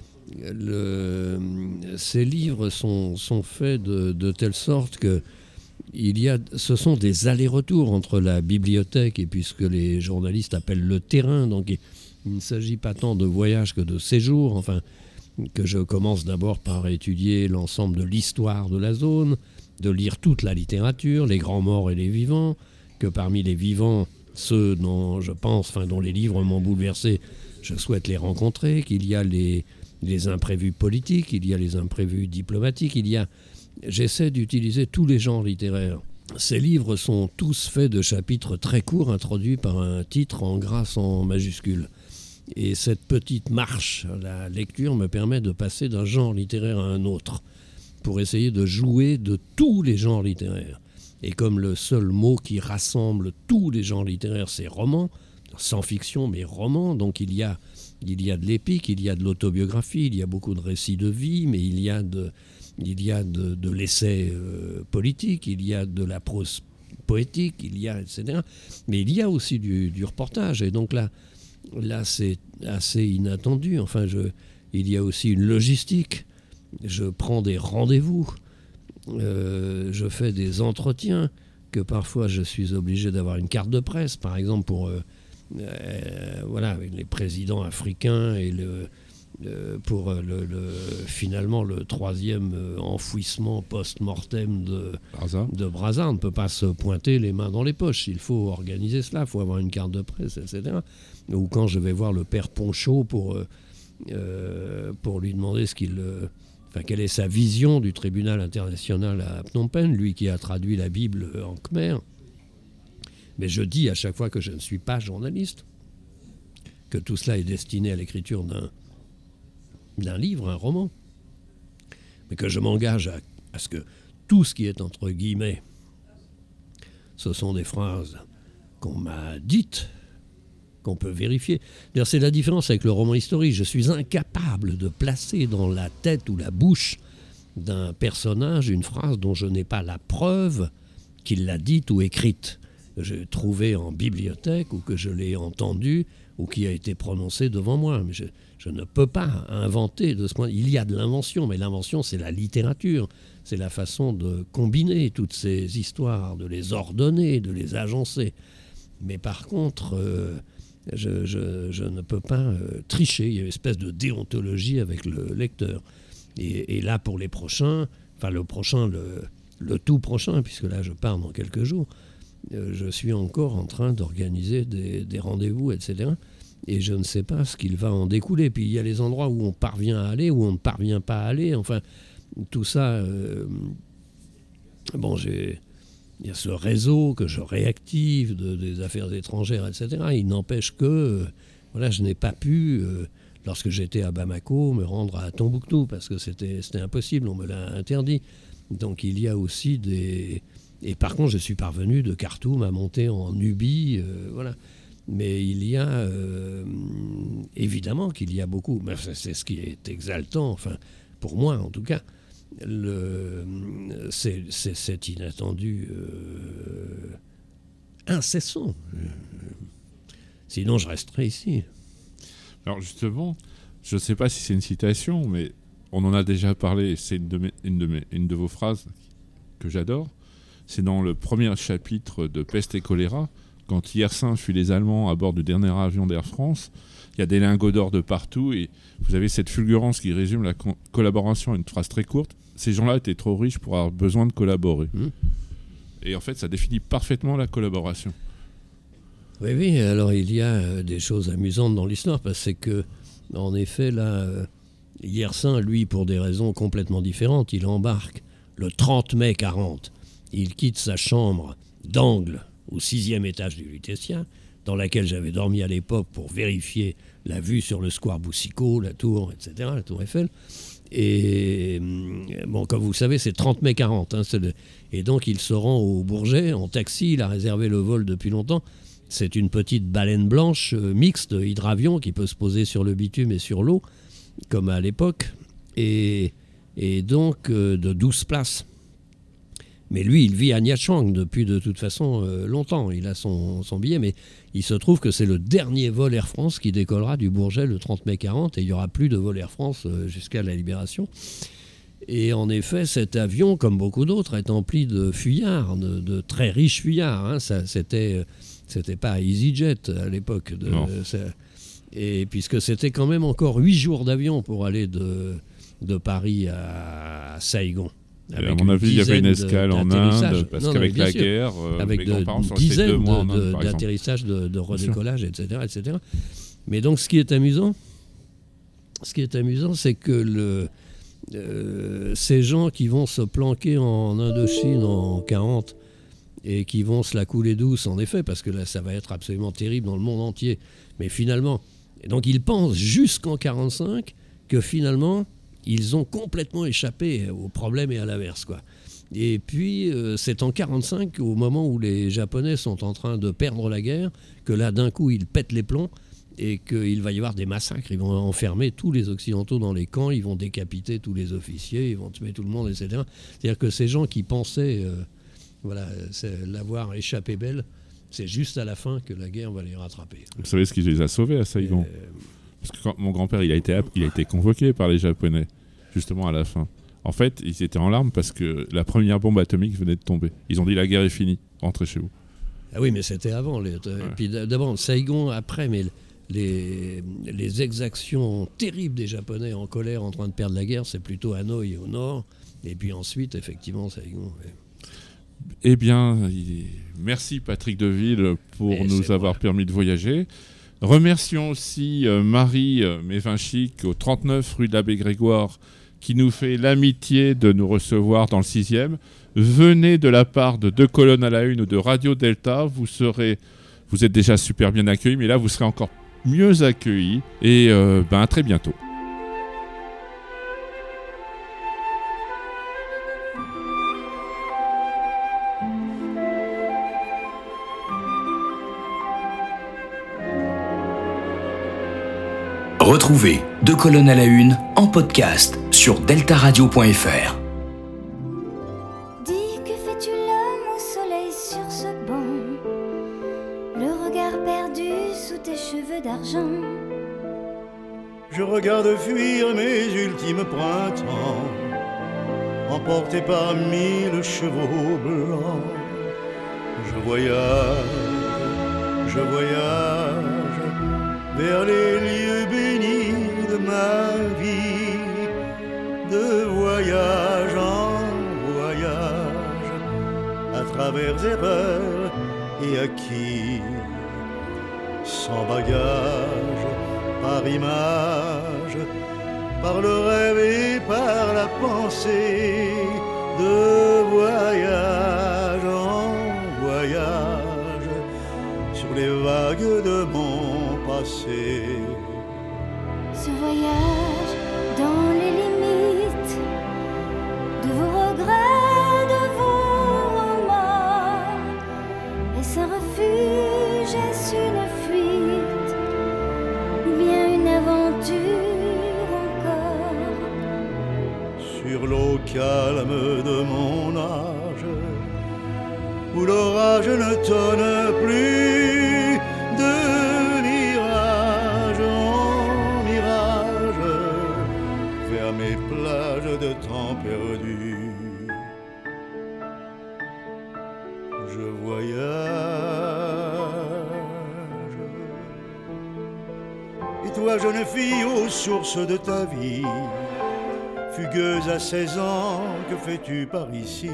ces livres sont faits de telle sorte que ce sont des allers-retours entre la bibliothèque et puis ce que les journalistes appellent le terrain. Donc, il ne s'agit pas tant de voyage que de séjour. Enfin, que je commence d'abord par étudier l'ensemble de l'histoire de la zone, de lire toute la littérature, les grands morts et les vivants, que parmi les vivants, ceux dont je pense, dont les livres m'ont bouleversé, je souhaite les rencontrer, qu'il y a les imprévus politiques, il y a les imprévus diplomatiques, j'essaie d'utiliser tous les genres littéraires. Ces livres sont tous faits de chapitres très courts introduits par un titre en gras en majuscule. Et cette petite marche à la lecture me permet de passer d'un genre littéraire à un autre pour essayer de jouer de tous les genres littéraires. Et comme le seul mot qui rassemble tous les genres littéraires, c'est roman, sans fiction mais roman, donc il y a de l'épique, il y a de l'autobiographie, il y a beaucoup de récits de vie, mais il y a de l'essai politique, il y a de la prose poétique, etc. Mais il y a aussi du reportage. Et donc là c'est assez inattendu. Enfin, il y a aussi une logistique. Je prends des rendez-vous, je fais des entretiens, que parfois je suis obligé d'avoir une carte de presse, par exemple pour avec les présidents africains et pour finalement le troisième enfouissement post-mortem de Brazza. On ne peut pas se pointer les mains dans les poches. Il faut organiser cela, il faut avoir une carte de presse, etc. Ou quand je vais voir le père Ponchot pour lui demander quelle est sa vision du tribunal international à Phnom Penh, lui qui a traduit la Bible en khmer. Mais je dis à chaque fois que je ne suis pas journaliste, que tout cela est destiné à l'écriture d'un livre, un roman, mais que je m'engage à ce que tout ce qui est entre guillemets, ce sont des phrases qu'on m'a dites, qu'on peut vérifier. D'ailleurs, c'est la différence avec le roman historique. Je suis incapable de placer dans la tête ou la bouche d'un personnage une phrase dont je n'ai pas la preuve qu'il l'a dite ou écrite, que j'ai trouvée en bibliothèque ou que je l'ai entendue ou qui a été prononcée devant moi. Mais je ne peux pas inventer de ce point. Il y a de l'invention, mais l'invention, c'est la littérature. C'est la façon de combiner toutes ces histoires, de les ordonner, de les agencer. Mais par contre, je ne peux pas tricher. Il y a une espèce de déontologie avec le lecteur. Et là, pour les prochains, le tout prochain, puisque là, je pars dans quelques jours, je suis encore en train d'organiser des rendez-vous, etc. Et je ne sais pas ce qu'il va en découler. Puis il y a les endroits où on parvient à aller, où on ne parvient pas à aller. Enfin, tout ça... il y a ce réseau que je réactive des affaires étrangères, etc. Il n'empêche que je n'ai pas pu, lorsque j'étais à Bamako, me rendre à Tombouctou, parce que c'était impossible, on me l'a interdit. Donc il y a aussi des... Et par contre, je suis parvenu de Khartoum à monter en Nubie, voilà. Mais il y a... évidemment qu'il y a beaucoup... Mais c'est ce qui est exaltant, enfin, pour moi en tout cas. C'est inattendu, incessant. Sinon, je resterai ici. Alors justement, je ne sais pas si c'est une citation, mais on en a déjà parlé. C'est une de vos phrases que j'adore. C'est dans le premier chapitre de Peste et choléra, quand Yersin fuit les Allemands à bord du dernier avion d'Air France. Il y a des lingots d'or de partout et vous avez cette fulgurance qui résume la collaboration à une phrase très courte. Ces gens-là étaient trop riches pour avoir besoin de collaborer. Et en fait, ça définit parfaitement la collaboration. Oui, alors il y a des choses amusantes dans l'histoire, parce que, en effet, là, Yersin, lui, pour des raisons complètement différentes, il embarque le 30 mai 40. Il quitte sa chambre d'angle au 6e étage du Lutetia, dans laquelle j'avais dormi à l'époque pour vérifier la vue sur le square Boucicaut, la tour, etc., la tour Eiffel. Et bon, comme vous le savez, c'est 30 mai 40. Et donc, il se rend au Bourget en taxi. Il a réservé le vol depuis longtemps. C'est une petite baleine blanche mixte, hydravion, qui peut se poser sur le bitume et sur l'eau, comme à l'époque. Et donc, de 12 places. Mais lui, il vit à Nha Trang depuis de toute façon longtemps. Il a son billet, mais il se trouve que c'est le dernier vol Air France qui décollera du Bourget le 30 mai 40 et il n'y aura plus de vol Air France jusqu'à la Libération. Et en effet, cet avion, comme beaucoup d'autres, est empli de fuyards, de très riches fuyards. Hein. C'était pas EasyJet à l'époque. Et puisque c'était quand même encore 8 jours d'avion pour aller de Paris à Saigon. À mon avis, il y avait une escale en Inde, parce qu'avec la guerre, avec mes grands-parents sont une restés 2 mois en Inde, dizaines par exemple. d'atterrissages, de redécollage, etc., etc. Mais donc, ce qui est amusant, c'est que ces gens qui vont se planquer en Indochine en 40 et qui vont se la couler douce, en effet, parce que là, ça va être absolument terrible dans le monde entier. Mais finalement, et donc ils pensent jusqu'en 45 que finalement, ils ont complètement échappé au problème et à l'averse, quoi. Et puis, c'est en 45, au moment où les Japonais sont en train de perdre la guerre, que là, d'un coup, ils pètent les plombs et qu'il va y avoir des massacres. Ils vont enfermer tous les Occidentaux dans les camps, ils vont décapiter tous les officiers, ils vont tuer tout le monde, etc. C'est-à-dire que ces gens qui pensaient l'avoir échappé belle, c'est juste à la fin que la guerre va les rattraper. Vous savez ce qui les a sauvés à Saigon ? Parce que quand mon grand-père il a été convoqué par les Japonais, justement à la fin. En fait, ils étaient en larmes parce que la première bombe atomique venait de tomber. Ils ont dit la guerre est finie, rentrez chez vous. Ah oui, mais c'était avant. Puis d'abord, Saigon après, mais les exactions terribles des Japonais en colère, en train de perdre la guerre, c'est plutôt Hanoï au nord. Et puis ensuite, effectivement, Saigon. Ouais. Eh bien, merci Patrick Deville pour nous avoir permis de voyager. Remercions aussi Marie Mévinchic au 39 rue de l'Abbé Grégoire qui nous fait l'amitié de nous recevoir dans le 6e. Venez de la part de 2 colonnes à la une ou de Radio Delta, vous êtes déjà super bien accueillis, mais là vous serez encore mieux accueillis et à très bientôt. Retrouvez 2 colonnes à la une en podcast sur deltaradio.fr. Dis, que fais-tu l'homme au soleil sur ce banc, le regard perdu sous tes cheveux d'argent? Je regarde fuir mes ultimes printemps, emporté par 1000 chevaux blancs. Je voyage vers les lieux bénis de ma vie, de voyage en voyage, à travers erreurs et acquis, sans bagage, par image, par le rêve et par la pensée, de voyage en voyage, sur les vagues de mon passé. Ce voyage dans les limites de vos regrets, de vos remords, est-ce un refuge, est-ce une fuite, ou bien une aventure encore? Sur l'eau calme de mon âge, où l'orage ne tonne plus, de mirage en mirage, vers mes plages de temps perdu. Je voyage, et toi jeune fille aux sources de ta vie, fugueuse à 16 ans, que fais-tu par ici?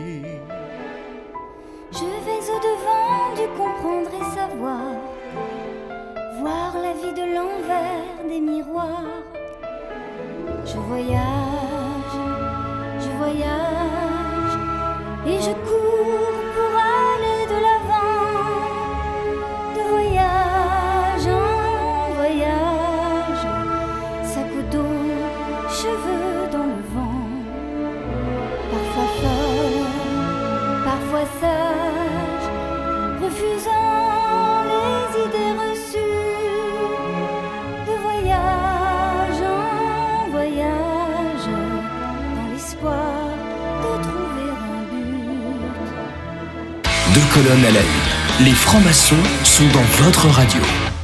Je vais au-devant du comprendre et savoir, voir la vie de l'envers des miroirs. Je voyage, et je cours pour aller de l'avant, 2 colonnes à la une. Les francs-maçons sont dans votre radio.